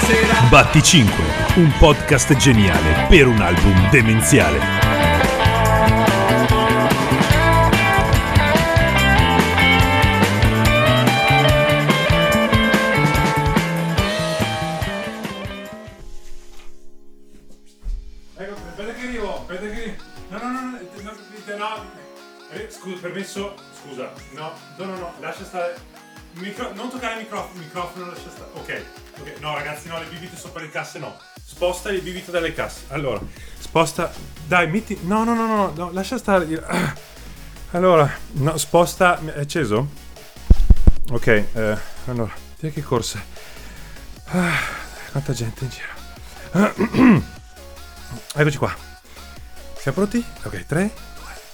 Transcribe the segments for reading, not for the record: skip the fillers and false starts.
Batti 5, un podcast geniale per un album demenziale. Scusa, permesso? Scusa, no, lascia stare. Non toccare il microfono, lascia stare. Ok, no ragazzi, no, le bibite sopra le casse no. Sposta le bibite dalle casse. Allora, sposta. Dai, metti. No, lascia stare. Allora, no, sposta. È acceso? Ok, allora, via che corsa. Quanta gente in giro. Eccoci qua. Siamo pronti? Ok, 3.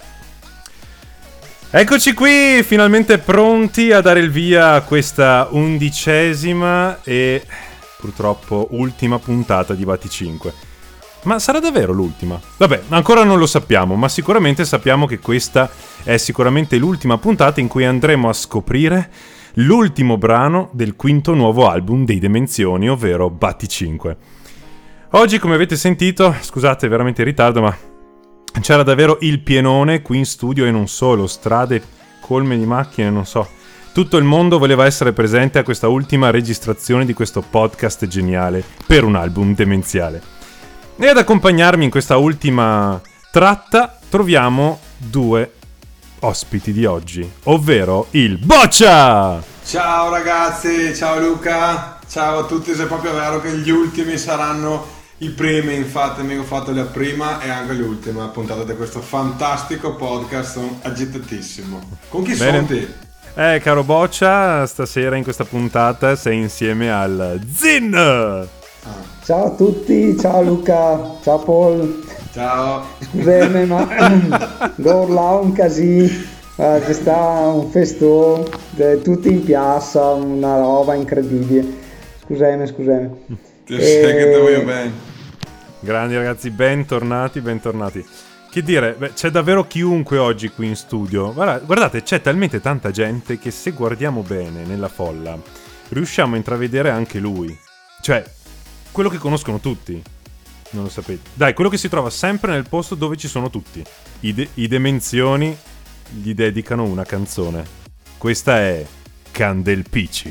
Eccoci qui, finalmente pronti a dare il via a questa 11ª e purtroppo ultima puntata di Batti 5. Ma sarà davvero l'ultima? Vabbè, ancora non lo sappiamo, ma sicuramente sappiamo che questa è sicuramente l'ultima puntata in cui andremo a scoprire l'ultimo brano del quinto nuovo album dei Demenzioni, ovvero Batti 5. Oggi, come avete sentito, scusate veramente in ritardo, ma c'era davvero il pienone qui in studio e non solo, strade colme di macchine, non so. Tutto il mondo voleva essere presente a questa ultima registrazione di questo podcast geniale per un album demenziale. E ad accompagnarmi in questa ultima tratta troviamo due ospiti di oggi, ovvero il Boccia! Ciao ragazzi, ciao Luca, ciao a tutti, se è proprio vero che gli ultimi saranno i primi, infatti mi ho fatto la prima e anche l'ultima puntata di questo fantastico podcast agitatissimo. Con chi sono te? Caro Boccia, stasera in questa puntata sei insieme al Zin! Ciao a tutti, ciao Luca, ciao Paul. Ciao. Scusami, ma Gorla un casino, c'è sta un festone, tutti in piazza, una roba incredibile. Scusami. Ti sai che te voglio bene. Grandi ragazzi, bentornati. Che dire, c'è davvero chiunque oggi qui in studio. Guardate, c'è talmente tanta gente che se guardiamo bene nella folla riusciamo a intravedere anche lui. Cioè, quello che conoscono tutti. Non lo sapete. Dai, quello che si trova sempre nel posto dove ci sono tutti. I Demenzioni gli dedicano una canzone. Questa è Candelpici.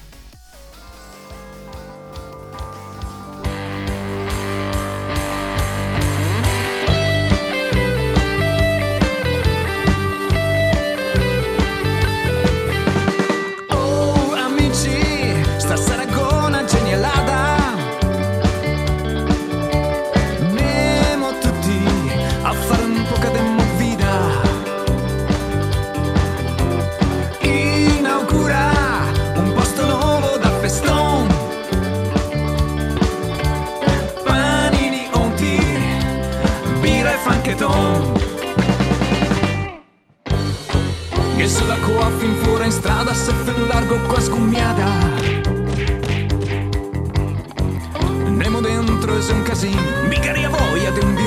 Che se la coaffi in fuori in strada, se fe largo qua scumiata. Andiamo dentro e se un casino, mica ria voglia di un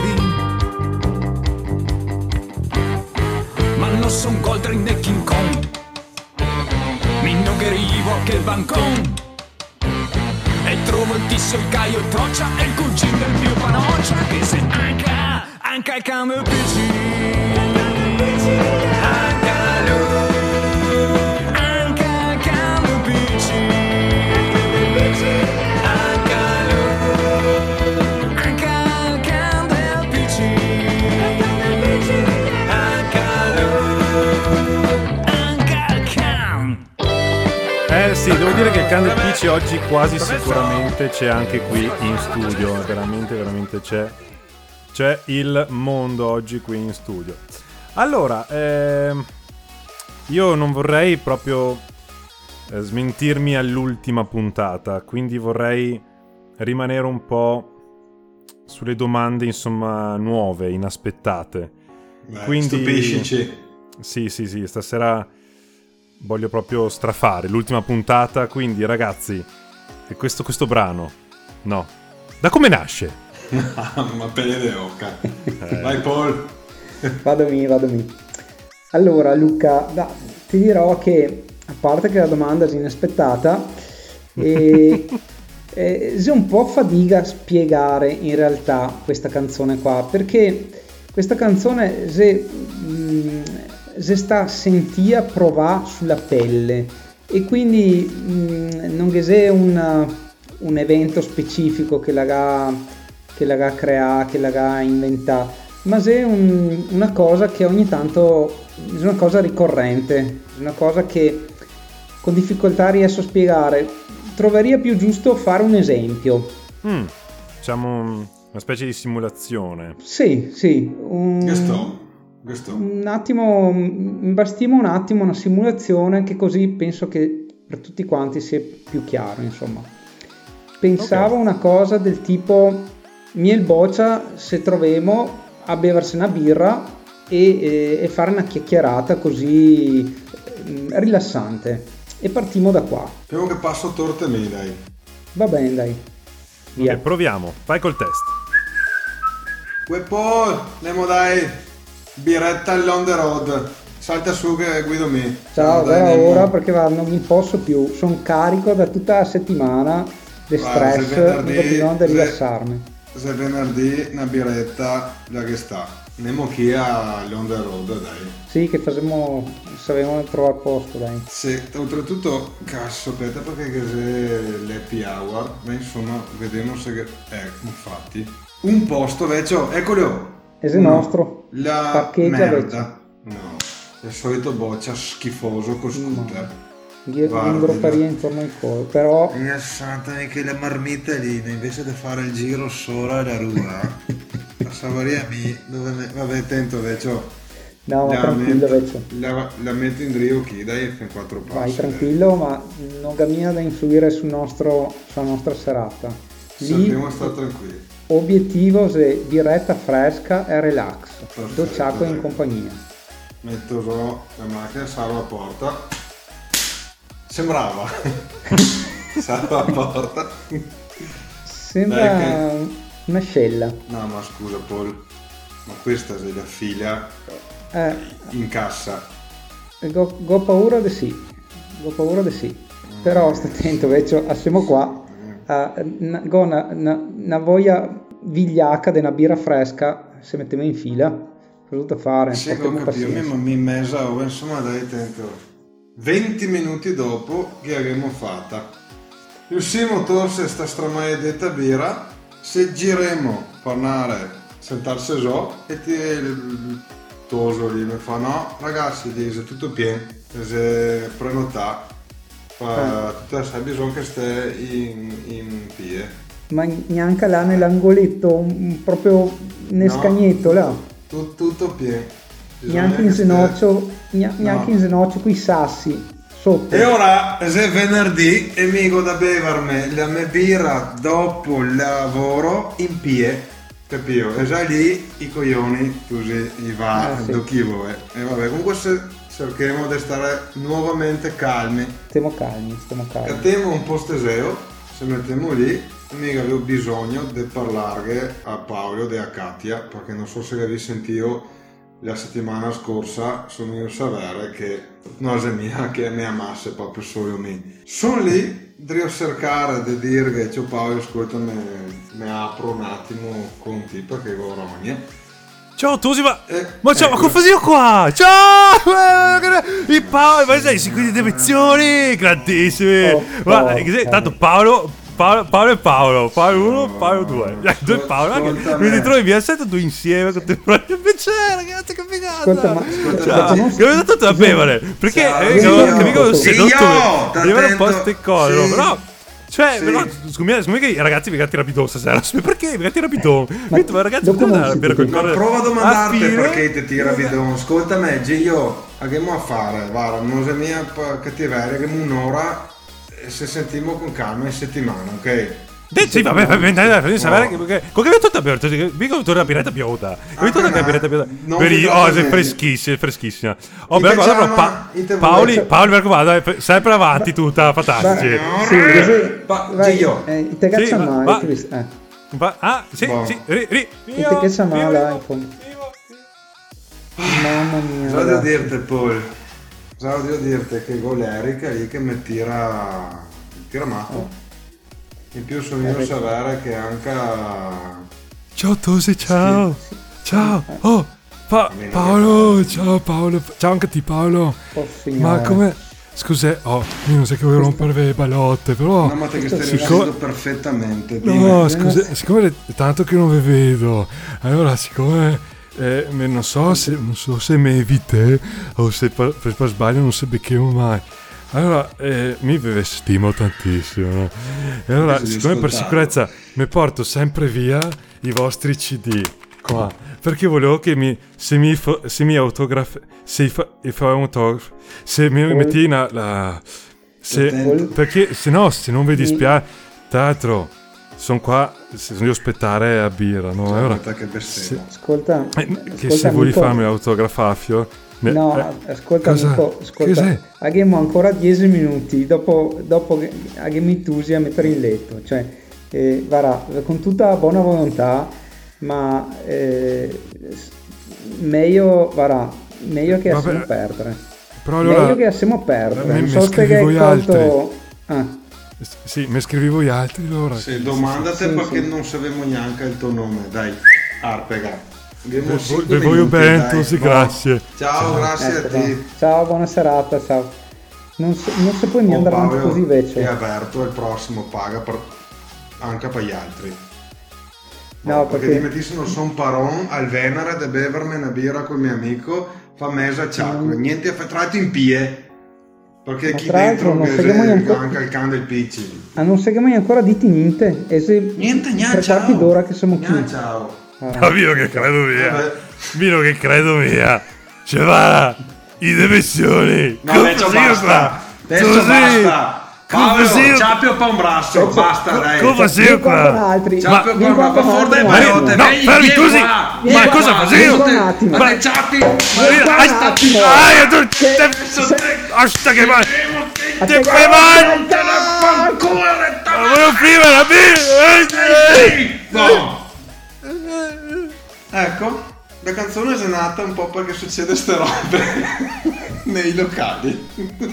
dirin. Ma non son Goldring né King Kong, mi non che arrivo che il bancon. E trovo il tizio, il caio, il troccia e il cugino del mio panoccia. Che se anche il cambio PC. Sì, devo dire che il Candelpici oggi quasi sicuramente c'è anche qui in studio. Veramente c'è il mondo oggi qui in studio. Allora, io non vorrei proprio smentirmi all'ultima puntata, quindi vorrei rimanere un po' sulle domande, insomma, nuove, inaspettate. Quindi stupiscici. Sì, stasera voglio proprio strafare l'ultima puntata, quindi ragazzi, questo brano, no, da come nasce? Ma pelle de oca. Vai Paul. Vado mi. Allora Luca, ti dirò che, a parte che la domanda è inaspettata, e C'è un po' fatica a spiegare in realtà questa canzone qua, perché questa canzone se sta sentia provare sulla pelle, e quindi non c'è un evento specifico che l'ha creato, che l'ha inventato, ma c'è una cosa che ogni tanto è una cosa ricorrente, una cosa che con difficoltà riesco a spiegare. Troveria più giusto fare un esempio. Diciamo una specie di simulazione. Sì. Questo. Un attimo, imbastimo un attimo una simulazione, che così penso che per tutti quanti sia più chiaro, insomma. Pensavo una cosa del tipo: miel boccia se troviamo a beversi una birra e fare una chiacchierata così rilassante. E partimo da qua. Speriamo che passo torte me, dai. Va bene, dai. Via. Ok, proviamo. Vai col test. Paul, andiamo dai. Biretta on the road. Salta su che guido me. Ciao, Dai, era andiamo. ora perché non mi posso più. Sono carico da tutta la settimana di Guarda, stress, se venerdì- ho bisogno di se- rilassarmi. Se venerdì una biretta, già che sta. Andiamo qui on the road, dai. Sì, che sapevamo trovare posto, dai. Sì, oltretutto, cazzo, aspetta perché che se l'happy hour, ma insomma, vediamo se che... infatti. Un posto, vecchio, eccolo! E se nostro? La Parcheggia, merda. No, il solito boccia schifoso con scooter. Io Guarda, un gropparia intorno al collo, però Mia santa, che la marmita è lì, invece di fare il giro sopra la rua, la savaria vabbè, attento, vecchio. no, ma tranquillo, vecchio. La metto in drio chi, dai, fai 4 passi. Vai tranquillo, ma non cammina da influire sulla nostra serata. Sappiamo stare tranquilli. Obiettivo se diretta fresca e relax. Perfetto, Docciaco in dai. compagnia. Metto so la macchina, salvo la porta. Sembrava. Salvo la porta. Sembra Dai, una scella. No, ma scusa Paul, ma questa è la figlia in cassa. Go paura di sì. Però sta attento, vecchio, siamo qua. Go una voglia vigliacca di una birra fresca, se mettiamo in fila. Cosa da fare? Sì, Portiamo ho capito, pazienza. ma mi mesa, insomma, dai, attento. 20 minuti dopo che abbiamo fatta. Riuscimo torse sta stramaledetta birra, se giremo per andare sentarsi so e il toso lì mi fa no, ragazzi, dice tutto pieno, se prenotà, tutta sai bisogno che stai in piede. Ma neanche là nell'angoletto, proprio nel scagnetto là. Tutto pieno. Neanche in ginocchio, neanche in ginocchio, qui sassi sotto. E ora se è venerdì e mi godo da bevermi la mia birra dopo il lavoro in piedi, capito? E già lì i coglioni così gli va Sì. do chi vuoi. E vabbè, comunque cerchiamo di stare nuovamente calmi. Stiamo calmi. Cattiamo un po' steseo, se mettiamo lì, mica avevo bisogno di parlare a Paolo e a Katia, perché non so se avevi sentito la settimana scorsa sono io sapere che non è mia che mi amasse proprio solo me. Sono lì, devo cercare di dire che ciao Paolo, ascolta, mi apro un attimo con te perché ho rogna. Ciao Tosi, ma ecco. cosa fai io qua? Ciao! Il Paolo, ma sei sicuri di lezioni? Grandissimi! Tanto Paolo e Paolo 1, Paolo 2. Due Paolo, mi ritrovi via set due insieme con te. Invece, ragazzi, che figata! Ascolta, Che ho dato da bere perché capivo ho sedotto di avere un po' ste cose, sì. però cioè, Sì. però, scusami che i ragazzi mi gatti rapido stasera. Perché mi gatti rapido? Ma ragazzi, dopo potete non andare a si bere dice. qualcosa? Prova a domandarti fine? perché ti tira bidon. Ascoltami, io abbiamo a fare, guarda, non è mia cattiveria, abbiamo un'ora e se sentiamo con calma in settimana, ok? Sì, vabbè, fammi sapere che come è tutta aperta, mica ho la biretta piota. Ho detto la biretta piota. Sei freschissima. Oh, però guarda, Paolo, mi raccomando, sempre avanti tutta, fantastici. Gio. Te caccia male, va. ti visto? Sì, Boh. sì, Te caccia male, in fondo. Mamma mia. Cosa devo ragazzi. dirti, Paul? Cosa devo dirti che gol Erika lì che mi tira matto. in più sono sapere che anche ciao Tosi, ciao. Ciao. Oh, Paolo, ciao Paolo. Ciao anche a te Paolo. Ma come... Scusa, io non so che vuoi rompervi le balotte, però... No, ma te che stai riuscendo perfettamente. No, scusa, siccome è tanto che non vi vedo, allora siccome... non so se mi evite o se per sbaglio non si becchiamo mai. Allora, mi vi stimo tantissimo, no? E allora, siccome per sicurezza mi porto sempre via i vostri CD qua, perché volevo che se mi autografo, se mi metti perché se no, se non vi dispiace, tra l'altro sono qua, devo aspettare a birra, no? Allora, ascolta, che se vuoi farmi l'autografafio. No, ascolta, abbiamo ancora 10 minuti dopo che abbiamo tusi a mettere in letto, cioè varà, con tutta buona volontà, ma meglio che possiamo perdere. Però allora, meglio che possiamo perdere. Non so se che sì, mi scrivi voi altri allora. Sì, domandate perché non sapevamo neanche il tuo nome, dai, Arpega. Vi voglio bene, Tosi, grazie. Ciao, grazie a te. Ciao, buona serata, ciao. Non si può andare avanti così invece. È aperto, il prossimo paga anche per gli altri. No, perché dimettissi non son paron al Venere de bevermi una birra col mio amico, fa mesa ciacco, niente affettato in pie. Perché chi dentro che anche il can del picci. Non seguiamo ancora diti niente. Niente, ciao. D'ora che siamo qui. Ciao. Ma vino che credo mia. Cioè va, i dimensioni. No, adesso basta. Paolo, ciappio pa un braccio, basta dai. Cosa facevo qua? Ciappio pa un braccio, forte balotte. No, fermi così. Ma cosa facevo? Ma ciappi. Basta che vai. Te fai male. Volevo prima la birra. Ecco, la canzone è nata un po' perché succede ste robe nei locali.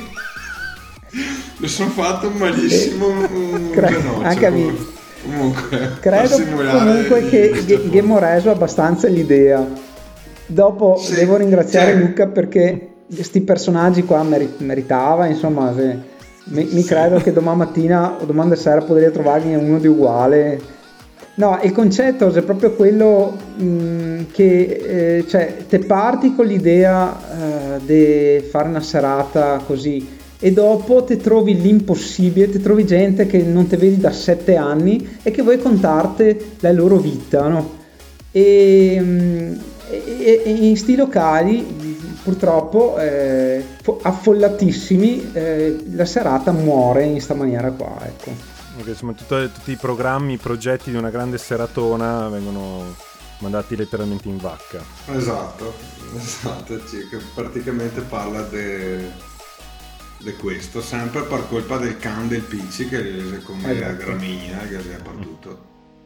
Mi sono fatto malissimo anche a me. Comunque, credo comunque che abbiamo reso abbastanza l'idea. Dopo devo ringraziare Luca perché questi personaggi qua meritava, insomma, mi credo che domani mattina o domani sera potrei trovarne uno di uguale. No, il concetto è proprio quello che cioè te parti con l'idea di fare una serata così e dopo te trovi l'impossibile, te trovi gente che non te vedi da 7 anni e che vuoi contarti la loro vita, no? E in sti locali purtroppo affollatissimi la serata muore in sta maniera qua, ecco. Perché insomma tutti i programmi, i progetti di una grande seratona vengono mandati letteralmente in vacca. Esatto, che praticamente parla di questo, sempre per colpa del can del Picci che è come la gramigna che si è perduto.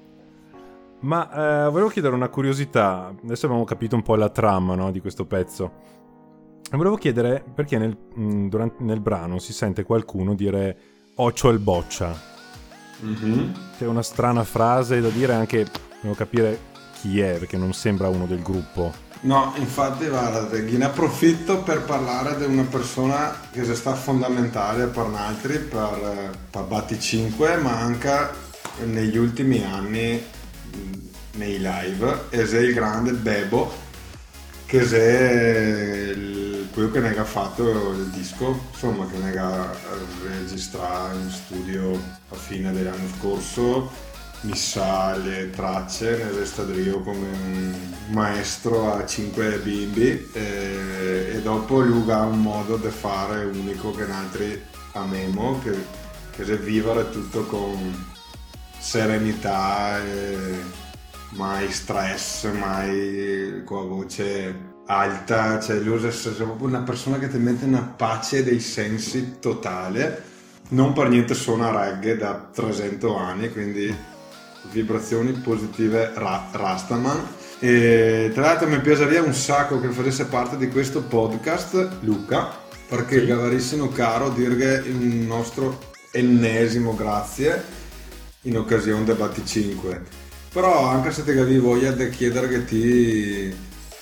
Ma volevo chiedere una curiosità, adesso abbiamo capito un po' la trama, no, di questo pezzo. Volevo chiedere perché nel brano si sente qualcuno dire "Occio al boccia". Mm-hmm. Che è una strana frase da dire, anche devo capire chi è perché non sembra uno del gruppo. No, infatti guarda, ne approfitto per parlare di una persona che è stata fondamentale per altri, per Batti 5, ma anche negli ultimi anni nei live, ed è il grande Bebo, che è quello che ne ha fatto il disco, insomma, che ne ha registrato in studio a fine dell'anno scorso, missa le tracce nel stadrio come un maestro a 5 bimbi e dopo lui ha un modo di fare unico che altri amiamo, che è vivere tutto con serenità e mai stress, mai con la voce alta, cioè lui è proprio una persona che ti mette una pace dei sensi totale, non per niente suona reggae da 300 anni, quindi vibrazioni positive Rastaman. E tra l'altro mi piacerebbe un sacco che facesse parte di questo podcast Luca, perché è verissimo caro dirgli il nostro ennesimo grazie in occasione del Batti5. Però anche se ti avevi voglia di chiedere che ti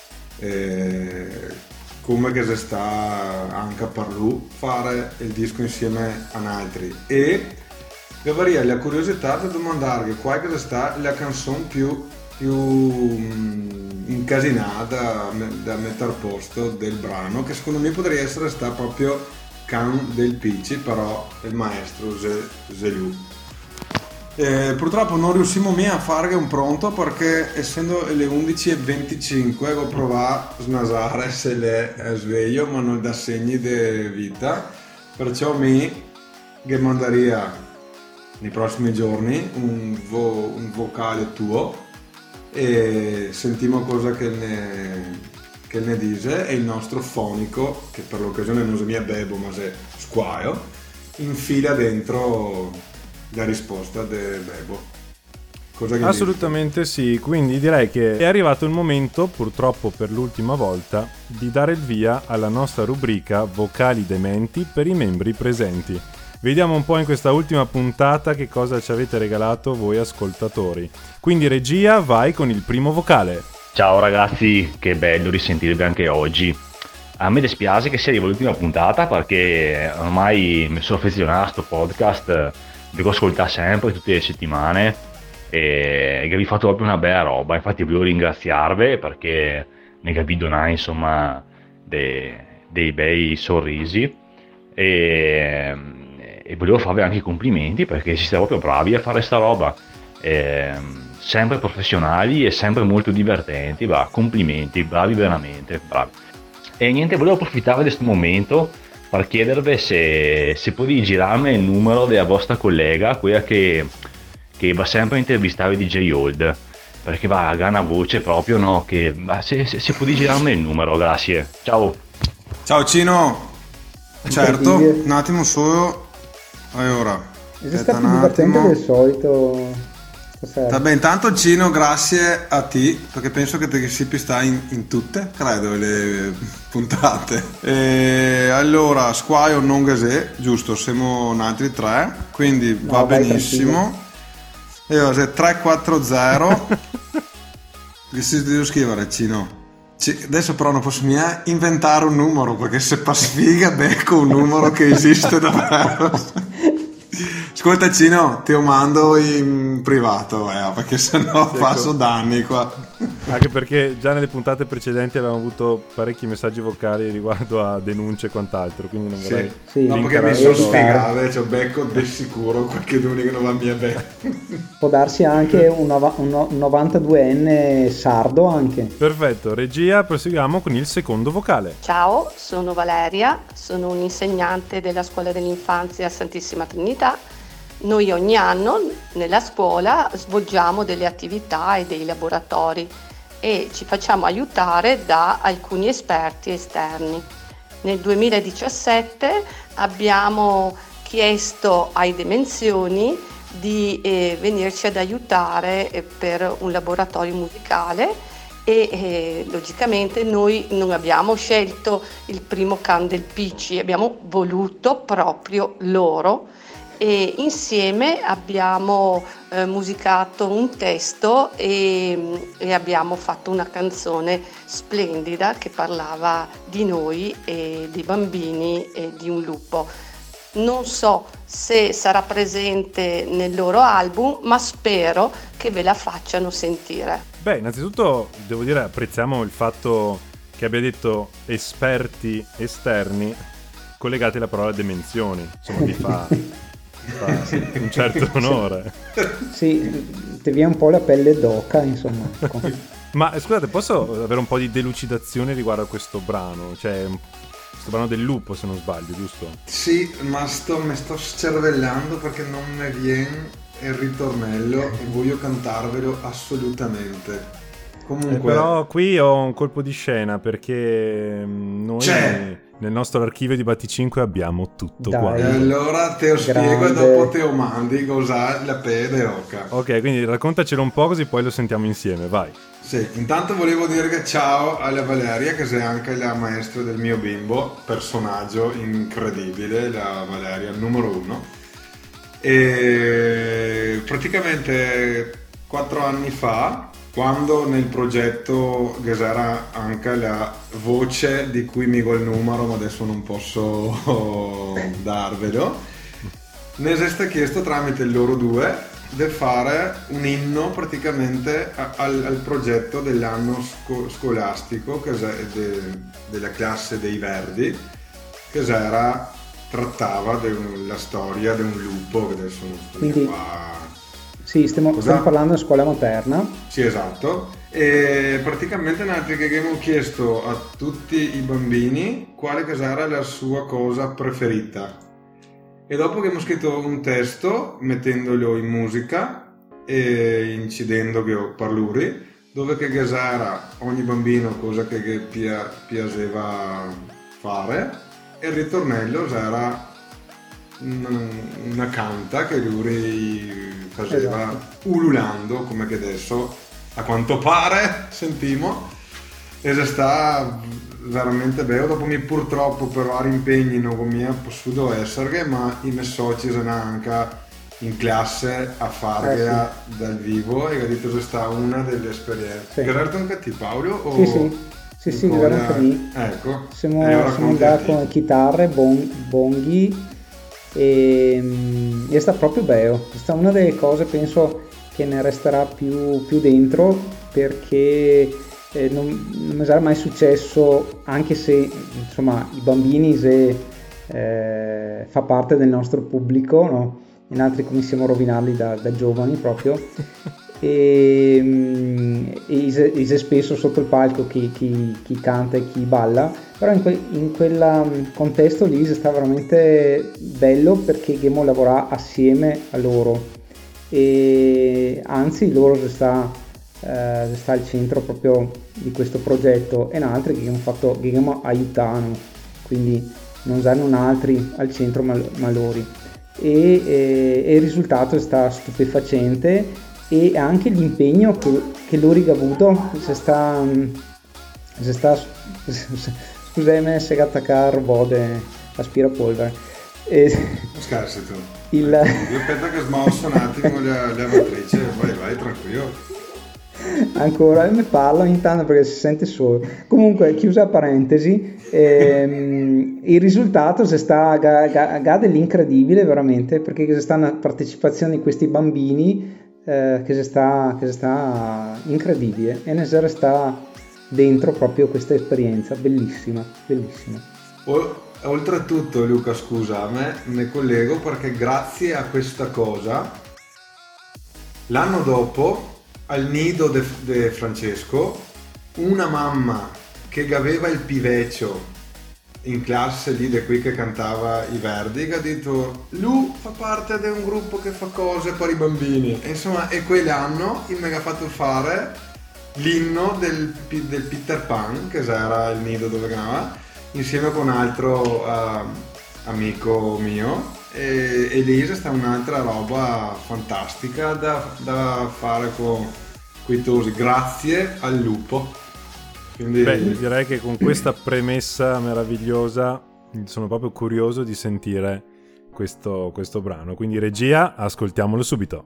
come che si sta anche per lui fare il disco insieme a altri, e avrei la curiosità di domandare quale sta la canzone più incasinata da mettere a posto del brano, che secondo me potrebbe essere sta proprio Can del Picci, però il maestro Zelu. Purtroppo non riuscimo mai a fare un pronto, perché essendo le 11:25 ho provato a snasare se le sveglio, ma non da segni di vita, perciò mi che mandaria nei prossimi giorni un vocale tuo e sentiamo cosa che ne dice, e il nostro fonico, che per l'occasione non si mia Bebo ma se Squaio, infila dentro la risposta del Bebo. Cosa che Assolutamente sì, quindi direi che è arrivato il momento, purtroppo per l'ultima volta, di dare il via alla nostra rubrica Vocali Dementi per i membri presenti. Vediamo un po' in questa ultima puntata che cosa ci avete regalato voi ascoltatori. Quindi regia, vai con il primo vocale. Ciao ragazzi, che bello risentirvi anche oggi. A me dispiace che sia l'ultima puntata, perché ormai mi sono affezionato a sto podcast, devo ascoltare sempre, tutte le settimane, e vi fatto proprio una bella roba. Infatti volevo ringraziarvi perché ne capito insomma dei bei sorrisi, e volevo farvi anche i complimenti perché si sta proprio bravi a fare sta roba, sempre professionali e sempre molto divertenti. Complimenti, bravi veramente, bravi. E niente, volevo approfittare di questo momento per chiedervi se potete girarmi il numero della vostra collega, quella che va sempre a intervistare DJ Old, perché ha una voce proprio, no? Che se potete girarmi il numero, grazie. Ciao. Ciao Cino. Certo, un attimo solo. Allora, è stato più divertente del solito stasera. Vabbè, intanto Cino, grazie a te, perché penso che te si sta in tutte, credo, le puntate. E allora, Squire non gasè, giusto, siamo altri tre, quindi no, va benissimo. E allora, se 340 che si devo scrivere, Cino? Adesso però non posso mica inventare un numero, perché se fa sfiga becco un numero che esiste davvero. Ascolta Cino, ti lo mando in privato, perché sennò faccio danni qua. Anche perché già nelle puntate precedenti avevamo avuto parecchi messaggi vocali riguardo a denunce e quant'altro, quindi non vorrei... Sì. No, perché mi sono sfigato, cioè becco di sicuro qualche d'uni che non va via bene. Può darsi anche un 92enne sardo anche. Perfetto, regia, proseguiamo con il secondo vocale. Ciao, sono Valeria, sono un'insegnante della scuola dell'infanzia Santissima Trinità. Noi ogni anno nella scuola svolgiamo delle attività e dei laboratori e ci facciamo aiutare da alcuni esperti esterni. Nel 2017 abbiamo chiesto ai Dimensioni di venirci ad aiutare per un laboratorio musicale e logicamente noi non abbiamo scelto il primo Can del Picci, abbiamo voluto proprio loro. E insieme abbiamo musicato un testo e abbiamo fatto una canzone splendida che parlava di noi e dei bambini e di un lupo. Non so se sarà presente nel loro album, ma spero che ve la facciano sentire. Beh, innanzitutto devo dire apprezziamo il fatto che abbia detto esperti esterni collegati alla parola dimensioni, insomma ti fa un certo onore. Sì, ti viene un po' la pelle d'oca, insomma. Ma scusate, posso avere un po' di delucidazione riguardo a questo brano? Cioè, questo brano del lupo, se non sbaglio, giusto? Sì, ma mi sto scervellando perché non mi viene il ritornello e voglio cantarvelo assolutamente. Comunque... però qui ho un colpo di scena perché noi... Nel nostro archivio di Batti5 abbiamo tutto qua. E allora te lo spiego e dopo te lo mandi cos'ha la pede oca. Ok, quindi raccontacelo un po' così poi lo sentiamo insieme, vai. Sì, intanto volevo dire che ciao alla Valeria, che sei anche la maestra del mio bimbo, personaggio incredibile, la Valeria numero 1. E praticamente 4 anni fa, quando nel progetto c'era anche la voce di cui mi il numero, ma adesso non posso darvelo, ne è chiesto tramite loro due di fare un inno praticamente al progetto dell'anno scolastico della classe dei Verdi, che trattava della storia di un lupo, che adesso non sto Quindi, qua. Sì, stiamo parlando di scuola materna. Sì, esatto. E praticamente che abbiamo chiesto a tutti i bambini quale era la sua cosa preferita. E dopo che abbiamo scritto un testo, mettendolo in musica e incidendo che parlauri, dove che era ogni bambino cosa che piaceva fare, e il ritornello era una canta che lui faceva, esatto, ululando, come che adesso a quanto pare sentimo, e sta veramente bello. Dopo purtroppo per vari impegni non mi è potuto essere, ma i miei soci sono anche in classe a farla dal vivo, e ho detto che sta una delle esperienze. Sì. Gerardo anche te, Paolo? O sì, Gerardo anche lì. Ecco. Siamo andati con chitarre, bonghi, e sta proprio bello. Questa è una delle cose, penso, che ne resterà più dentro, perché non mi sarà mai successo, anche se insomma i bambini fa parte del nostro pubblico, no? In altri come siamo rovinarli da giovani proprio, e spesso sotto il palco chi canta e chi balla, però in quel contesto lì sta veramente bello, perché dobbiamo lavorare assieme a loro, e anzi loro sta al centro proprio di questo progetto, e in altri che abbiamo aiutato, quindi non saranno altri al centro ma loro, e il risultato sta stupefacente, e anche l'impegno che loro hanno avuto scusami se attaccare il robot aspirapolvere, scherzi tu. Aspetta che smausso un attimo la matrice, vai tranquillo. Ancora mi parla ogni tanto perché si sente solo. Comunque, chiusa la parentesi, il risultato sta dell'incredibile veramente, perché c'è sta una partecipazione di questi bambini che sta incredibile, e ne sta dentro proprio questa esperienza bellissima. Oltretutto, Luca, scusa, me collego perché grazie a questa cosa l'anno dopo al nido di Francesco, una mamma che aveva il piveccio in classe lì da qui che cantava i Verdi, che ha detto lui fa parte di un gruppo che fa cose per i bambini, e insomma, e quell'anno mi ha fatto fare l'inno del Peter Pan, che era il nido dove andava, insieme con un altro amico mio, e lì sta un'altra roba fantastica da fare con quei tosi, grazie al lupo. Quindi... Beh, direi che con questa premessa meravigliosa sono proprio curioso di sentire questo brano, quindi regia, ascoltiamolo subito.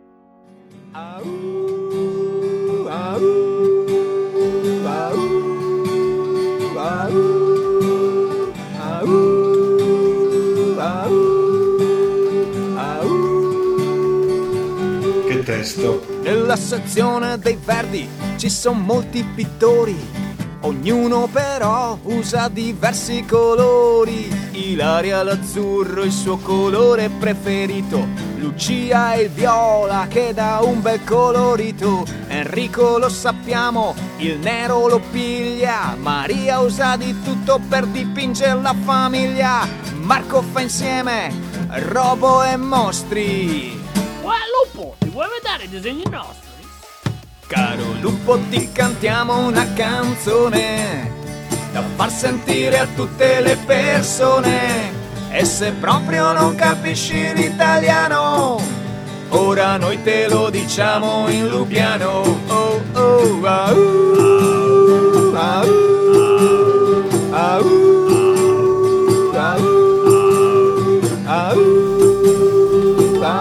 Che testo! Nella sezione dei Verdi ci sono molti pittori, ognuno però usa diversi colori. Ilaria l'azzurro, il suo colore preferito, Lucia il viola che dà un bel colorito, Enrico lo sappiamo, il nero lo piglia, Maria usa di tutto per dipingere la famiglia, Marco fa insieme robo e mostri. Lupo, ti vuoi vedere i disegni nostri? Caro lupo, ti cantiamo una canzone da far sentire a tutte le persone, e se proprio non capisci l'italiano, ora noi te lo diciamo in lupiano. Oh oh, au, au, au, au, au,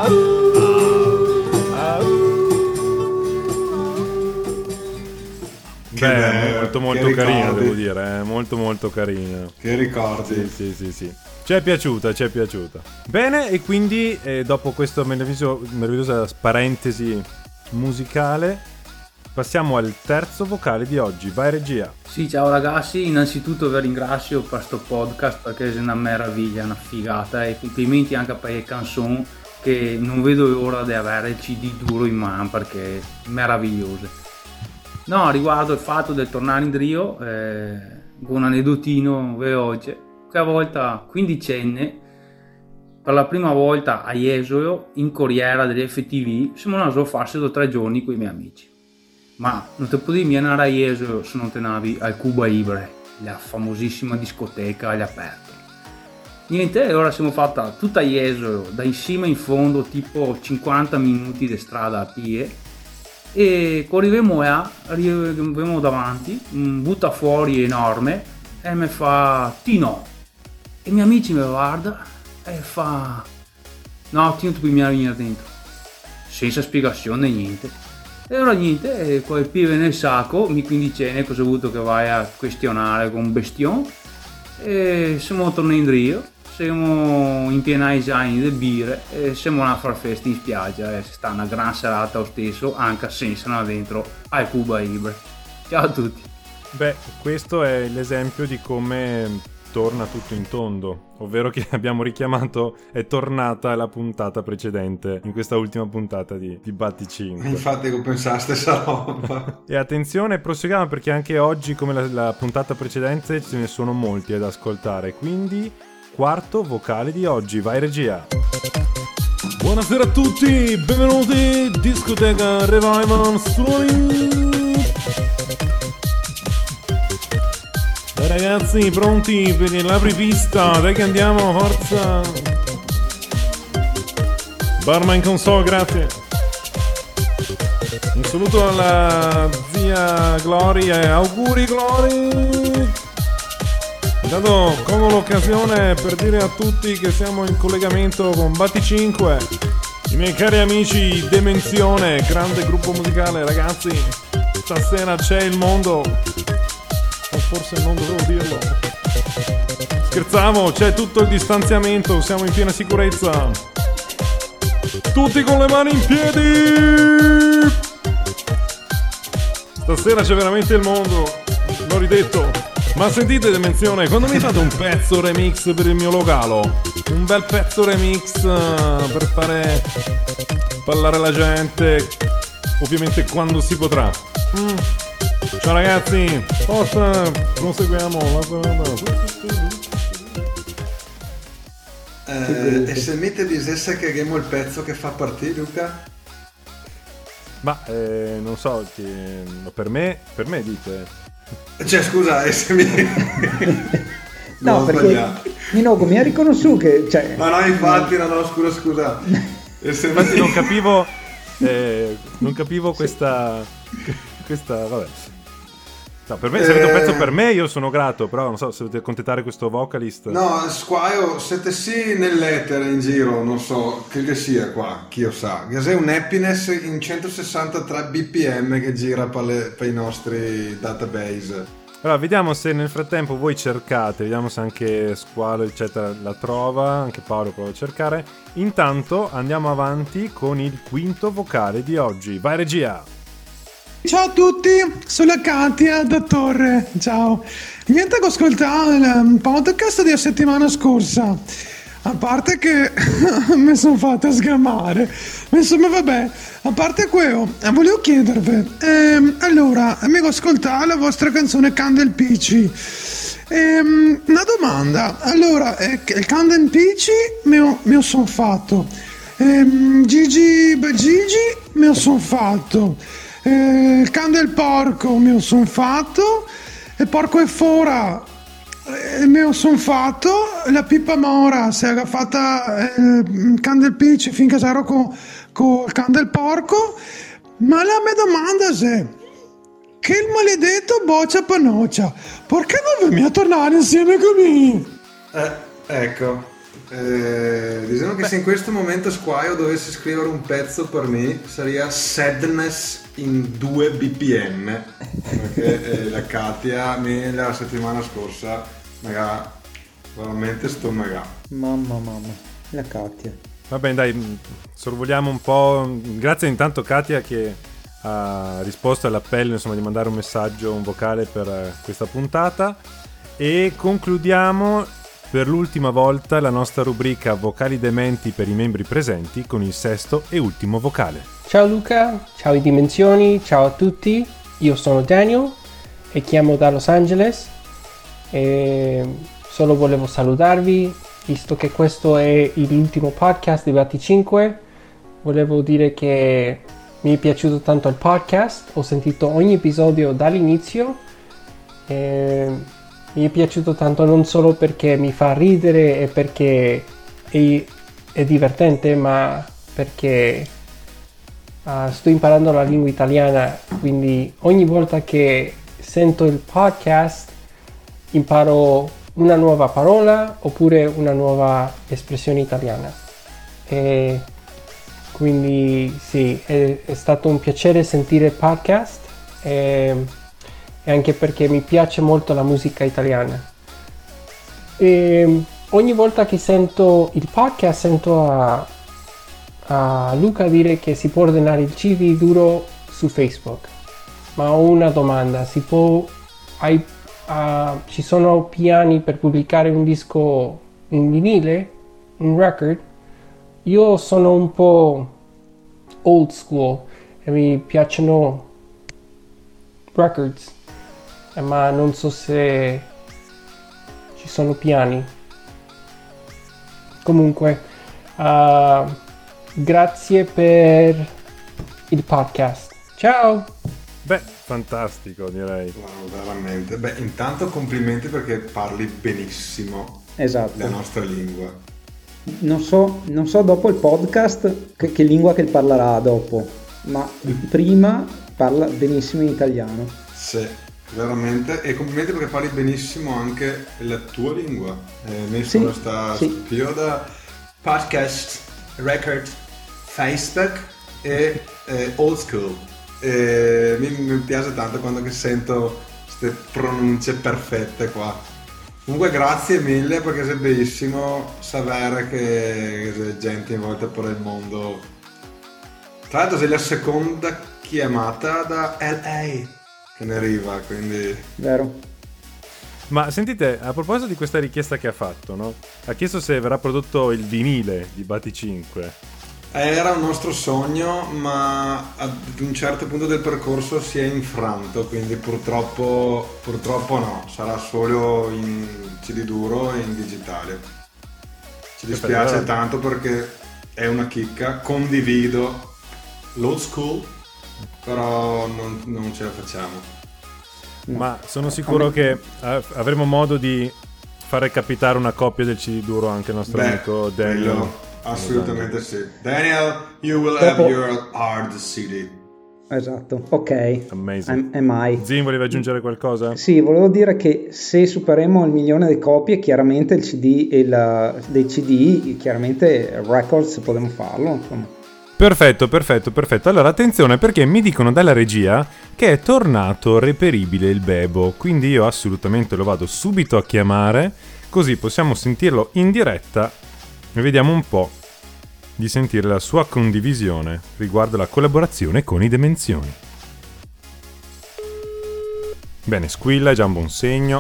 molto molto carina, devo dire, molto molto carina. Che ricordi. Sì. Ci è piaciuta. Bene, e quindi dopo questa meravigliosa parentesi musicale passiamo al terzo vocale di oggi. Vai regia. Sì, ciao ragazzi, innanzitutto vi ringrazio per questo podcast perché è una meraviglia, una figata, e complimenti anche per le canzoni che non vedo l'ora di avere il CD duro in mano perché meravigliose. No, riguardo il fatto del tornare in Rio, con un aneddotino veloce, che a volta quindicenne, per la prima volta a Jesolo, in corriera dell'FTV, siamo andati a farsi 3 giorni con i miei amici. Ma non ti potevi andare a Jesolo se non te navi al Cuba Libre, la famosissima discoteca all'aperto. Niente, allora siamo fatta tutta a Jesolo, da in cima in fondo, tipo 50 minuti di strada a piedi, e quando arriviamo davanti, un buttafuori enorme, e mi fa Tino, e i miei amici mi guarda e fa no, Tino, tu puoi venire dentro, senza spiegazione, niente. E allora niente, quel pive nel sacco, mi quindicenne, cosa ho avuto che vai a questionare con un bestion, e siamo tornati in Rio, siamo in piena ai zaini del birre e siamo a far festa in spiaggia, e sta una gran serata lo stesso, anche senza andare dentro al Cuba Libre. Ciao a tutti. Beh, questo è l'esempio di come torna tutto in tondo, ovvero che abbiamo richiamato, è tornata la puntata precedente in questa ultima puntata di Batti 5. Infatti ho pensato stessa roba. E attenzione, proseguiamo perché anche oggi, come la puntata precedente, ce ne sono molti ad ascoltare, quindi quarto vocale di oggi. Vai regia. Buonasera a tutti, benvenuti Discoteca Revival Story. Ragazzi, pronti per l'apripista? Dai che andiamo, forza! Barman console, grazie! Un saluto alla zia Glory e auguri Glory! Intanto colgo l'occasione per dire a tutti che siamo in collegamento con Batti 5, i miei cari amici Demenzione, grande gruppo musicale, ragazzi! Stasera c'è il mondo! Forse non dovevo dirlo. Scherzavo, c'è tutto il distanziamento, siamo in piena sicurezza. Tutti con le mani in piedi. Stasera c'è veramente il mondo, l'ho ridetto. Ma sentite Demenzione, quando mi fate un pezzo remix per il mio localo? Un bel pezzo remix per fare ballare la gente, ovviamente quando si potrà. Ciao ragazzi, forza, proseguiamo la serata. E se mi te dicesse che abbiamo il pezzo che fa partire, Luca? Ma non so, per me dite. Cioè scusa, e se mi... No, perché Minogo mi ha riconosciuto che... Cioè... No, infatti, no, scusa. E se infatti non capivo questa, vabbè. No, per me, se avete un pezzo per me io sono grato, però non so se dovete accontentare questo vocalist. No, Squire, siete sì nell'etere in giro, non so che sia qua, chi lo sa. Che sei un happiness in 163 bpm che gira per i nostri database. Allora, vediamo se nel frattempo voi cercate, vediamo se anche Squalo eccetera la trova, anche Paolo prova a cercare. Intanto andiamo avanti con il quinto vocale di oggi. Vai regia! Ciao a tutti, sono Katia da Torre, ciao. Niente, che ho ascoltato il podcast della settimana scorsa, a parte che mi sono fatta sgamare, insomma vabbè, a parte quello, volevo chiedervi, allora, mi ho ascoltato la vostra canzone Candle Peachy, una domanda, allora, il Candle Peachy me lo son fatto, Gigi me lo son fatto, il can del porco me lo son fatto, il porco è fora me lo son fatto, la Pippa Mora si era fatta il can del Peachy finché ero con il can del porco, ma la mia domanda è che il maledetto Boccia Panoccia perché non veniva a tornare insieme con me? Ecco, Diciamo che se in questo momento Squire dovesse scrivere un pezzo per me sarebbe Sadness in 2 bpm, perché la Katia me la settimana scorsa veramente sto mega. Mamma, la Katia. Va bene, dai, sorvoliamo un po'. Grazie intanto Katia che ha risposto all'appello, insomma, di mandare un messaggio, un vocale per questa puntata. E concludiamo per l'ultima volta la nostra rubrica Vocali dementi per i membri presenti con il sesto e ultimo vocale. Ciao Luca, ciao i Dimensioni, ciao a tutti. Io sono Daniel e chiamo da Los Angeles e solo volevo salutarvi, visto che questo è l'ultimo podcast di Batti5. Volevo dire che mi è piaciuto tanto il podcast, ho sentito ogni episodio dall'inizio e mi è piaciuto tanto non solo perché mi fa ridere e perché è divertente, ma perché sto imparando la lingua italiana, quindi ogni volta che sento il podcast imparo una nuova parola oppure una nuova espressione italiana. E quindi sì, è stato un piacere sentire il podcast e anche perché mi piace molto la musica italiana. E ogni volta che sento il podcast sento a Luca dire che si può ordinare il CD duro su Facebook. Ma ho una domanda, ci sono piani per pubblicare un disco in vinile? Un record? Io sono un po' old school e mi piacciono records, ma non so se ci sono piani. Comunque, grazie per il podcast. Ciao! Beh, fantastico, direi. No, veramente. Beh, intanto complimenti perché parli benissimo la nostra lingua. Non so dopo il podcast che lingua che parlerà dopo, ma prima parla benissimo in italiano. Sì, veramente. E complimenti perché parli benissimo anche la tua lingua. Nessuno sta più da podcast, record, Facebook e old school. Mi piace tanto quando che sento queste pronunce perfette qua. Comunque grazie mille perché sei bellissimo sapere che c'è gente in volta per il mondo. Tra l'altro sei la seconda chiamata da LA che ne arriva, quindi... Vero. Ma sentite, a proposito di questa richiesta che ha fatto, no? Ha chiesto se verrà prodotto il vinile di Batti5. Era un nostro sogno, ma ad un certo punto del percorso si è infranto, quindi purtroppo no, sarà solo in CD duro e in digitale. Ci dispiace tanto perché è una chicca, condivido l'old school, però non ce la facciamo. Ma sono sicuro che avremo modo di far recapitare una copia del CD duro anche al nostro amico Daniel. Assolutamente sì. Daniel, you will have your hard CD. Esatto, ok. Amazing. E mai. Zin, volevi aggiungere qualcosa? Sì, volevo dire che se superiamo il 1.000.000 di copie, chiaramente il CD e dei CD, chiaramente records potremo farlo, insomma. Perfetto. Allora attenzione perché mi dicono dalla regia che è tornato reperibile il Bebo, quindi io assolutamente lo vado subito a chiamare, così possiamo sentirlo in diretta e vediamo un po' di sentire la sua condivisione riguardo la collaborazione con i Dimensioni. Bene, squilla, è già un buon segno.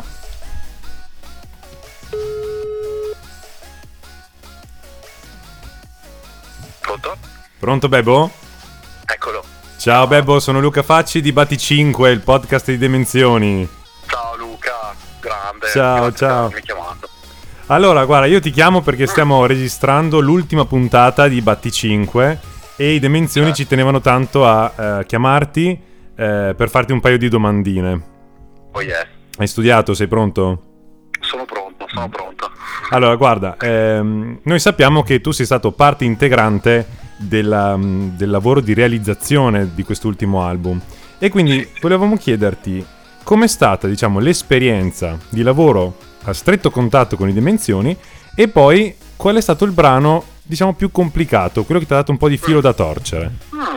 Pronto Bebo? Eccolo. Ciao Bebo, sono Luca Facci di Batti5, il podcast di Dimensioni. Ciao Luca, grande. Ciao. Per avermi chiamato. Allora, guarda, io ti chiamo perché stiamo registrando l'ultima puntata di Batti5 e i Dimensioni ci tenevano tanto a chiamarti per farti un paio di domandine. Oh yeah. Hai studiato? Sei pronto? Sono pronto. Allora, guarda, noi sappiamo che tu sei stato parte integrante del lavoro di realizzazione di quest'ultimo album e quindi volevamo chiederti com'è stata, diciamo, l'esperienza di lavoro a stretto contatto con i Dimensioni e poi qual è stato il brano, diciamo, più complicato, quello che ti ha dato un po' di filo da torcere?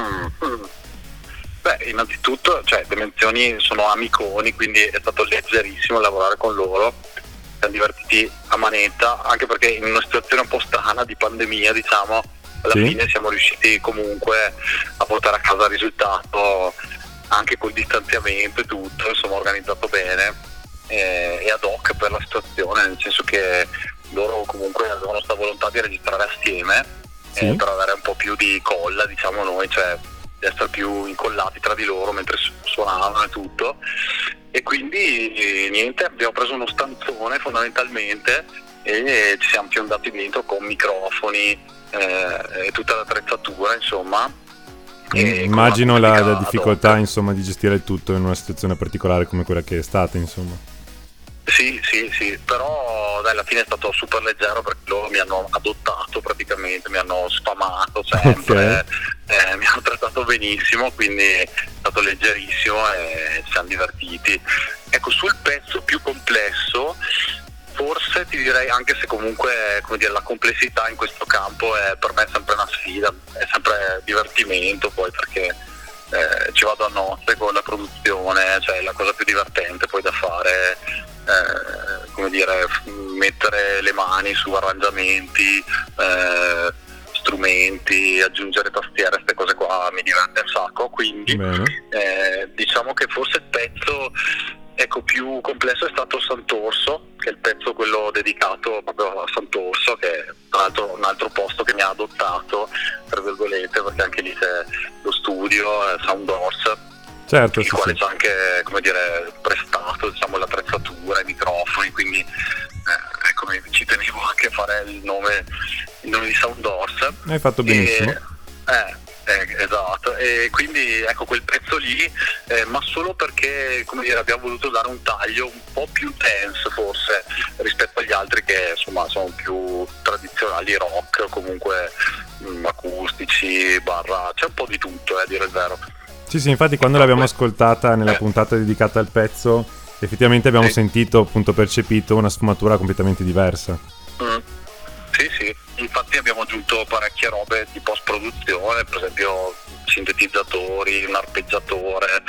Beh, innanzitutto, Dimensioni sono amiconi, quindi è stato leggerissimo lavorare con loro. Siamo divertiti a manetta, anche perché in una situazione un po' strana di pandemia, diciamo, alla fine siamo riusciti comunque a portare a casa il risultato, anche col distanziamento e tutto, insomma, organizzato bene e ad hoc per la situazione, nel senso che loro comunque avevano questa volontà di registrare assieme per avere un po' più di colla, diciamo noi, cioè di essere più incollati tra di loro mentre suonavano e tutto. E quindi niente, abbiamo preso uno stanzone fondamentalmente e ci siamo piondati dentro con microfoni e tutta l'attrezzatura, insomma. Immagino la difficoltà, insomma, di gestire il tutto in una situazione particolare come quella che è stata, insomma. Sì, però alla fine è stato super leggero, perché loro mi hanno adottato praticamente, mi hanno sfamato sempre, mi hanno trattato benissimo, quindi è stato leggerissimo e ci siamo divertiti. Ecco, sul pezzo più complesso forse ti direi, anche se comunque, come dire, la complessità in questo campo è per me sempre una sfida, è sempre divertimento poi, perché ci vado a nozze con la produzione, cioè la cosa più divertente poi da fare, come dire, mettere le mani su arrangiamenti, strumenti, aggiungere tastiere, queste cose qua mi diverte un sacco, quindi diciamo che forse il pezzo più complesso è stato Sant'Orso, che è il pezzo quello dedicato proprio a Sant'Orso, che è tra l'altro un altro posto che mi ha adottato, tra virgolette, perché anche lì c'è lo studio Sounddoors, certo, il quale ci ha anche, come dire, prestato, diciamo, l'attrezzatura, i microfoni, quindi ci tenevo anche a fare il nome di Sounddoors. Hai fatto benissimo. Esatto, e quindi ecco quel pezzo lì, ma solo perché, come dire, abbiamo voluto dare un taglio un po' più dance forse rispetto agli altri, che insomma sono più tradizionali, rock o comunque acustici, c'è un po' di tutto, a dire il vero. Sì, infatti quando l'abbiamo ascoltata nella puntata dedicata al pezzo, effettivamente abbiamo sentito, appunto, percepito una sfumatura completamente diversa. Sì, infatti abbiamo aggiunto parecchie robe di post-produzione, per esempio sintetizzatori, un arpeggiatore,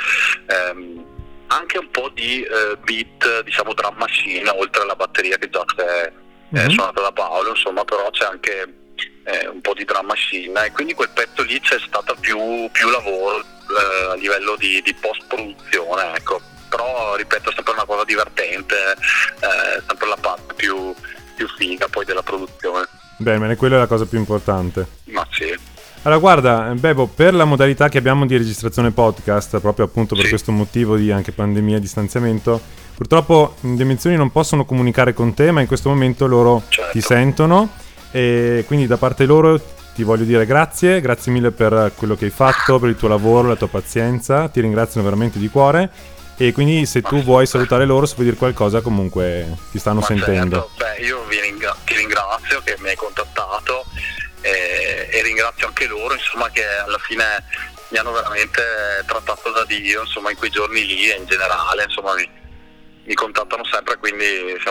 anche un po' di beat, diciamo drum machine, oltre alla batteria che già è suonata da Paolo, insomma, però c'è anche un po' di drum machine, e quindi quel pezzo lì c'è stata più lavoro a livello di post-produzione, ecco. Però ripeto, è sempre una cosa divertente, sempre la parte più figa poi della produzione. Bene, quella è la cosa più importante. Ma sì. Allora guarda, Bebo, per la modalità che abbiamo di registrazione podcast, proprio appunto per questo motivo di anche pandemia e distanziamento, purtroppo Dimensioni non possono comunicare con te, ma in questo momento loro ti sentono, e quindi da parte loro ti voglio dire grazie mille per quello che hai fatto, per il tuo lavoro, la tua pazienza, ti ringraziano veramente di cuore. E quindi se tu vuoi salutare loro, se vuoi dire qualcosa, comunque ti stanno sentendo. Certo. Beh, io ti ringrazio che mi hai contattato e ringrazio anche loro, insomma, che alla fine mi hanno veramente trattato da Dio, insomma, in quei giorni lì e in generale, insomma, mi contattano sempre, quindi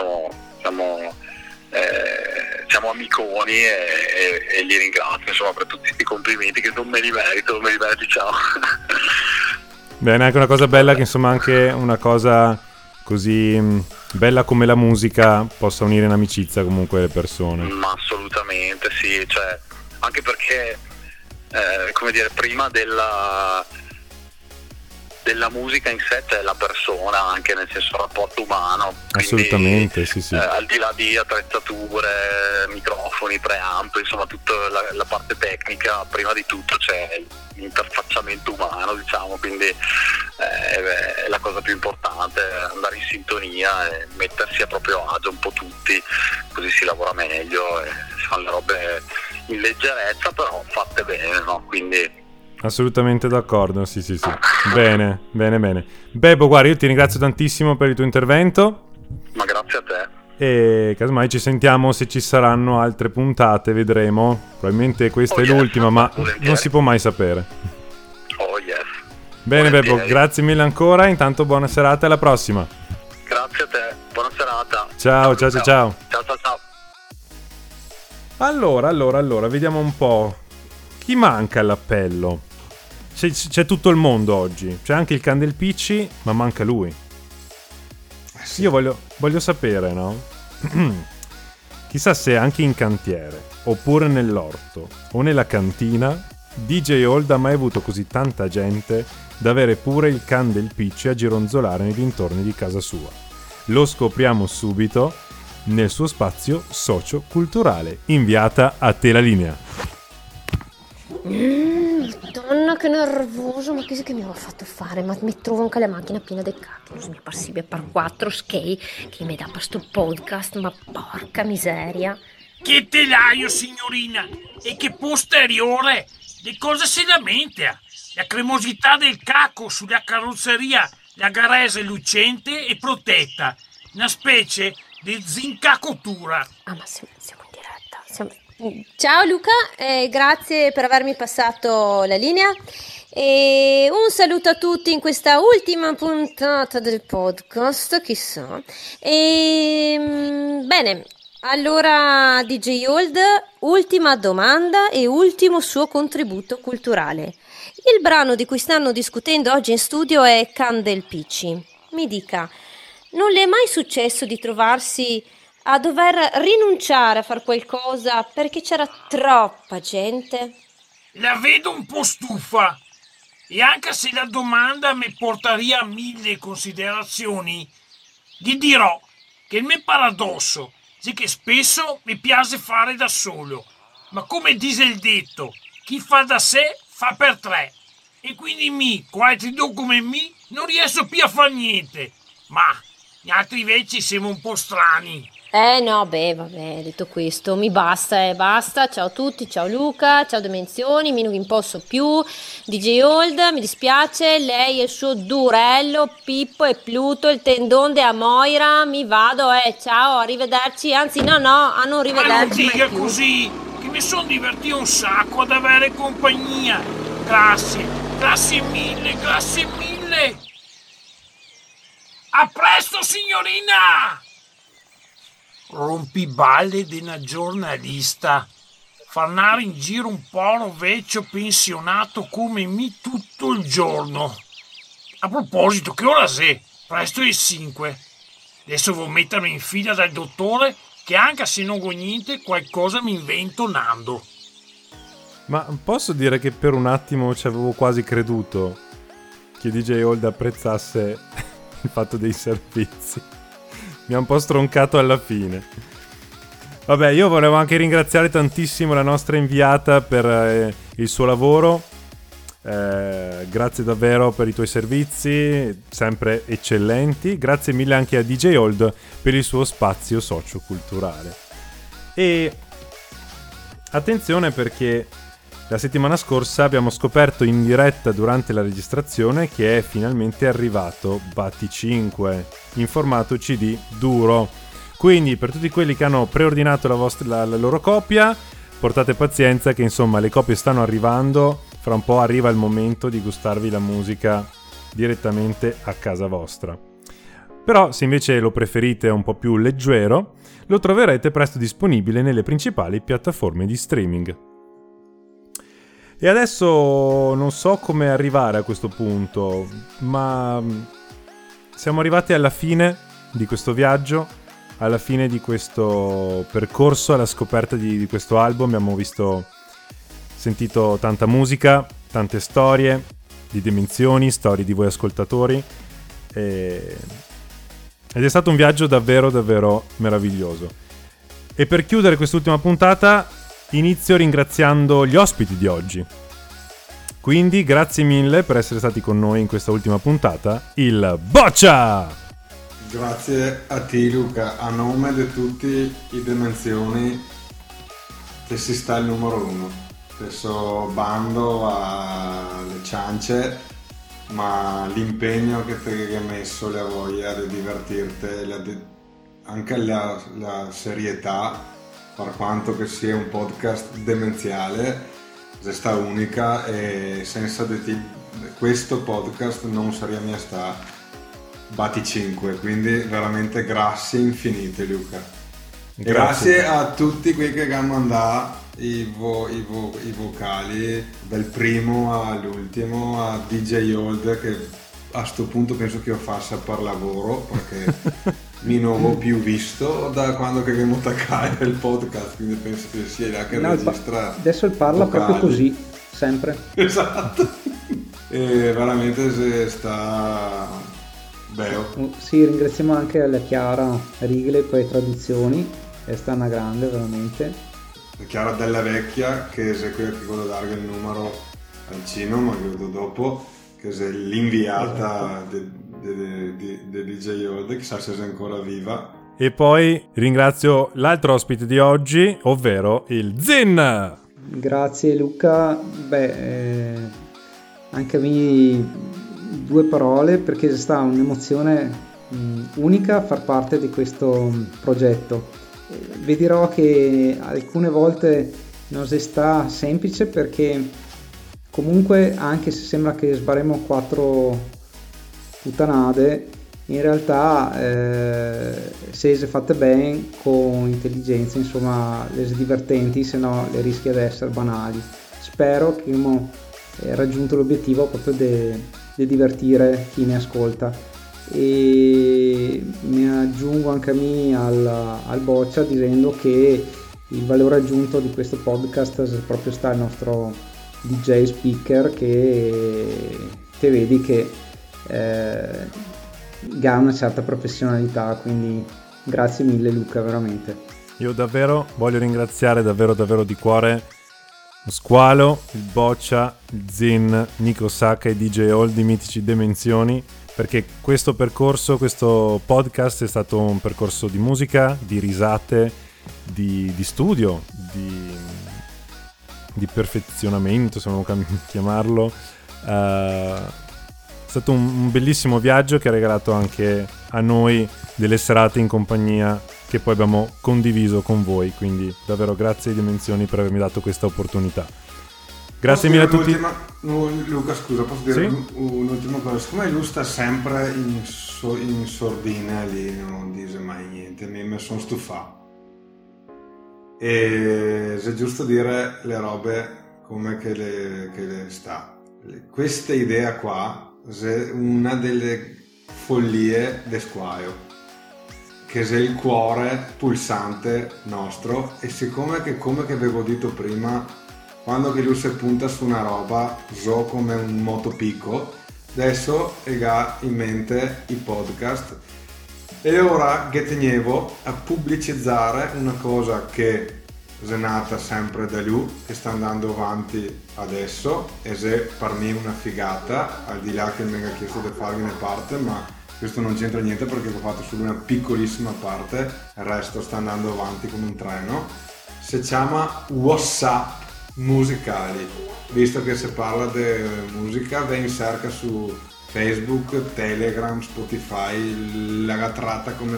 siamo amiconi e li ringrazio, insomma, per tutti questi complimenti che non me li merito, ciao. Bene, anche una cosa bella che, insomma, anche una cosa così bella come la musica possa unire in amicizia comunque le persone. Ma assolutamente sì, cioè anche perché come dire, prima della musica in sé c'è la persona, anche nel senso rapporto umano. Quindi, assolutamente, sì. Al di là di attrezzature, microfoni, preamp, insomma tutta la parte tecnica, prima di tutto c'è l'interfacciamento umano, diciamo, quindi è la cosa più importante, andare in sintonia e mettersi a proprio agio un po' tutti, così si lavora meglio e si fanno le robe in leggerezza, però fatte bene, no? Quindi assolutamente d'accordo, sì. Bene. Bebo, guarda, io ti ringrazio tantissimo per il tuo intervento. Ma grazie a te. E casomai ci sentiamo, se ci saranno altre puntate, vedremo. Probabilmente questa è l'ultima, ma non si può mai sapere. Oh yes. Bene, Bebo, grazie mille ancora. Intanto buona serata e alla prossima. Grazie a te, buona serata. Ciao. Ciao. Allora, vediamo un po'. Chi manca all'appello? C'è tutto il mondo oggi. C'è anche il Candelpicci, ma manca lui. Io voglio sapere, no? Chissà se anche in cantiere, oppure nell'orto, o nella cantina, DJ Old ha mai avuto così tanta gente da avere pure il Candelpicci a gironzolare nei dintorni di casa sua. Lo scopriamo subito nel suo spazio socio-culturale. Inviata, a te la linea. Madonna, che nervoso, ma che mi aveva fatto fare? Ma mi trovo anche la macchina piena dei cacchi, non mi è possibile per 4 skate che mi dà per sto podcast, ma porca miseria. Che telaio, signorina, e che posteriore, di cosa si lamenta? La cremosità del cacco sulla carrozzeria, la garese lucente e protetta, una specie di zincacotura. Ah, ma siamo in diretta, Ciao Luca, grazie per avermi passato la linea e un saluto a tutti in questa ultima puntata del podcast, chissà. Bene, allora DJ Old, ultima domanda e ultimo suo contributo culturale. Il brano di cui stanno discutendo oggi in studio è Candelpicci. Mi dica, non le è mai successo di trovarsi a dover rinunciare a fare qualcosa perché c'era troppa gente? La vedo un po' stufa, e anche se la domanda mi portaria a 1000 considerazioni, gli dirò che il mio paradosso è che spesso mi piace fare da solo, ma come dice il detto, chi fa da sé fa per 3, e quindi quasi come non riesco più a fare niente, ma gli altri invece siamo un po' strani. No, vabbè, detto questo, mi basta, basta. Ciao a tutti, ciao Luca, ciao Dimensioni, non vi posso più. DJ Old, mi dispiace, lei e il suo Durello, Pippo e Pluto, il tendon de Moira, mi vado, ciao, arrivederci, anzi no, a non rivederci. Ma non dica così, che mi sono divertito un sacco ad avere compagnia. Grazie mille. A presto, signorina! Rompiballe di una giornalista, fannare in giro un povero vecchio pensionato come me tutto il giorno. A proposito, che ora è? Presto le 5. Adesso devo mettermi in fila dal dottore, che anche se non ho niente qualcosa mi invento Nando. Ma posso dire che per un attimo ci avevo quasi creduto che DJ Old apprezzasse il fatto dei servizi. Mi ha un po' stroncato alla fine. Vabbè, io volevo anche ringraziare tantissimo la nostra inviata per il suo lavoro. Grazie davvero per i tuoi servizi, sempre eccellenti. Grazie mille anche a DJ Old per il suo spazio socioculturale. E attenzione, perché la settimana scorsa abbiamo scoperto in diretta durante la registrazione che è finalmente arrivato Bati5 in formato CD duro. Quindi per tutti quelli che hanno preordinato la loro copia, portate pazienza che insomma le copie stanno arrivando. Fra un po' arriva il momento di gustarvi la musica direttamente a casa vostra. Però se invece lo preferite un po' più leggero, lo troverete presto disponibile nelle principali piattaforme di streaming. E adesso non so come arrivare a questo punto, ma siamo arrivati alla fine di questo viaggio, alla fine di questo percorso alla scoperta di questo album. Abbiamo sentito tanta musica, tante storie di Dimensioni, storie di voi ascoltatori, ed è stato un viaggio davvero davvero meraviglioso. E per chiudere quest'ultima puntata inizio ringraziando gli ospiti di oggi. Quindi grazie mille per essere stati con noi in questa ultima puntata, il Boccia! Grazie a te Luca, a nome di tutti i Dimensioni che si sta il numero 1. Stesso bando alle ciance, ma l'impegno che ti hai messo, la voglia di divertirti, anche la serietà, per quanto che sia un podcast demenziale, questa unica, e senza di te questo podcast non sarebbe mai stato Bati5, quindi veramente grazie infinite Luca. Grazie a tutti quelli che hanno mandato i vocali dal primo all'ultimo, a DJ Old, che a sto punto penso che io faccia per lavoro, perché mi non ho più visto da quando che abbiamo attaccato il podcast, quindi penso che sia là che registra. Adesso parla vocali. Proprio così, sempre. Esatto. E veramente sta bello. Sì, ringraziamo anche la Chiara Rigle per le traduzioni, è stata una grande veramente. La Chiara Della Vecchia, che è quella che vuole dare il numero al cinema, che vedo dopo, che è l'inviata di DJ Old, chissà se è ancora viva. E poi ringrazio l'altro ospite di oggi, ovvero il Zen. Grazie Luca, anche a me 2 parole, perché è stata un'emozione unica far parte di questo progetto. Vi dirò che alcune volte non si sta semplice, perché comunque, anche se sembra che sbaremo 4 puttanade, in realtà se si fatte bene con intelligenza, insomma, le divertenti, se no le rischia di essere banali. Spero che abbiamo raggiunto l'obiettivo proprio di divertire chi ne ascolta, e mi aggiungo anche a me al boccia dicendo che il valore aggiunto di questo podcast è proprio sta il nostro DJ speaker, che te vedi che ha una certa professionalità, quindi grazie mille Luca, veramente. Io davvero voglio ringraziare davvero di cuore Squalo, il Boccia, il Zen, Nico Sacca e DJ Old di Mitici Dimensioni, perché questo percorso, questo podcast è stato un percorso di musica, di risate, di studio, di perfezionamento, se vogliamo chiamarlo. È stato un bellissimo viaggio che ha regalato anche a noi delle serate in compagnia che poi abbiamo condiviso con voi, quindi davvero grazie Dimensioni per avermi dato questa opportunità. Grazie mille a tutti. Luca, scusa, posso dire sì? Un'ultima cosa? Siccome lui sta sempre in sordina lì, non dice mai niente, mi sono stufato. E se è giusto dire le robe come che le sta. Questa idea qua è una delle follie di Squaio, che è il cuore pulsante nostro, e siccome che, come che avevo detto prima, quando che lui si punta su una roba so come un motopicco, adesso ha in mente i podcast, e ora che tenevo a pubblicizzare una cosa che è nata sempre da lui, che sta andando avanti adesso, e è per me una figata, al di là che mi ha chiesto di farne parte, ma questo non c'entra niente perché ho fatto solo una piccolissima parte, il resto sta andando avanti come un treno. Si chiama WhatsApp Musicali, visto che si parla di musica, vi cerca su Facebook, Telegram, Spotify, la tratta come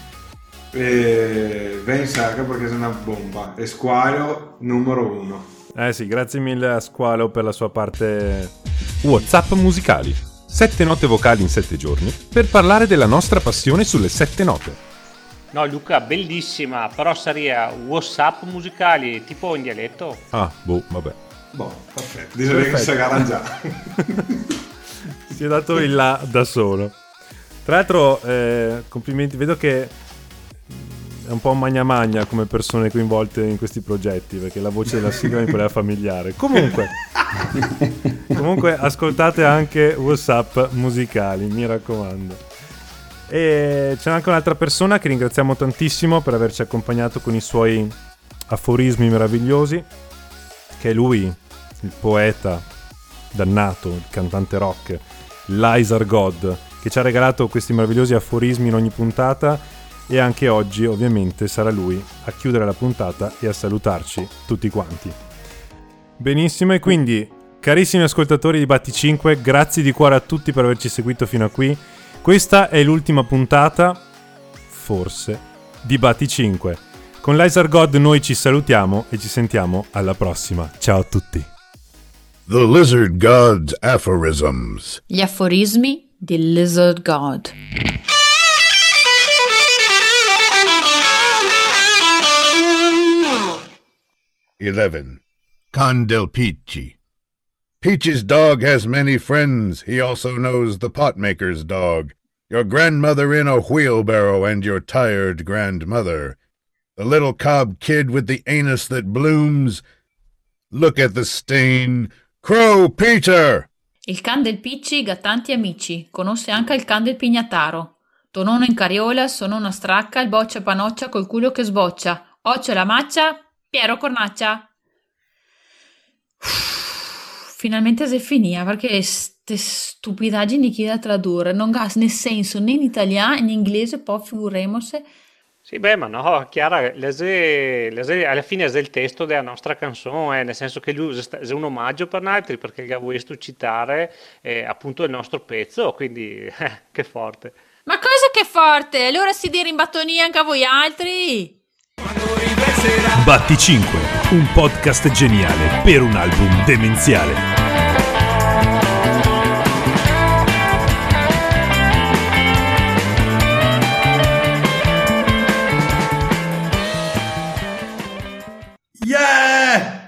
e vi cerca perché è una bomba. E Squalo numero 1. Sì, grazie mille a Squalo per la sua parte WhatsApp Musicali. 7 note vocali in 7 giorni per parlare della nostra passione sulle 7 note. No Luca, bellissima, però sarebbe WhatsApp Musicali, tipo in dialetto. Vabbè. Perfetto, direi che si è arrangiato. Si è dato il là da solo. Tra l'altro, complimenti, vedo che è un po' magna come persone coinvolte in questi progetti, perché la voce della sigla è quella familiare. Comunque ascoltate anche WhatsApp Musicali, mi raccomando. E c'è anche un'altra persona che ringraziamo tantissimo per averci accompagnato con i suoi aforismi meravigliosi, che è lui, il poeta dannato, il cantante rock, Lizard God, che ci ha regalato questi meravigliosi aforismi in ogni puntata, e anche oggi ovviamente sarà lui a chiudere la puntata e a salutarci tutti quanti. Benissimo, e quindi carissimi ascoltatori di Batti5, grazie di cuore a tutti per averci seguito fino a qui. Questa è l'ultima puntata, forse, di Batti5. Con Lizard God noi ci salutiamo e ci sentiamo alla prossima. Ciao a tutti. The Lizard God's Aphorisms. Gli aforismi di Lizard God. 11. Can del Peachy. Peach's dog has many friends. He also knows the potmaker's dog. Your grandmother in a wheelbarrow and your tired grandmother. The little cob kid with the anus that blooms. Look at the stain. Crow Peter! Il can del Picci ha tanti amici, conosce anche il can del Pignataro. Tonono in carriola, sono una stracca, il boccia panoccia col culo che sboccia. Occhio la maccia, Piero Cornaccia. Finalmente si finia, perché ste stupidaggini chi da tradurre non ha né senso né in italiano né in inglese, poi figuremose. Sì, beh, ma no, Chiara, alla fine è il testo della nostra canzone, nel senso che lui è un omaggio per altri, perché il vuoi citare appunto il nostro pezzo, quindi che forte. Ma cosa che forte? Allora si dire in battonia anche a voi altri? Batti 5, un podcast geniale per un album demenziale.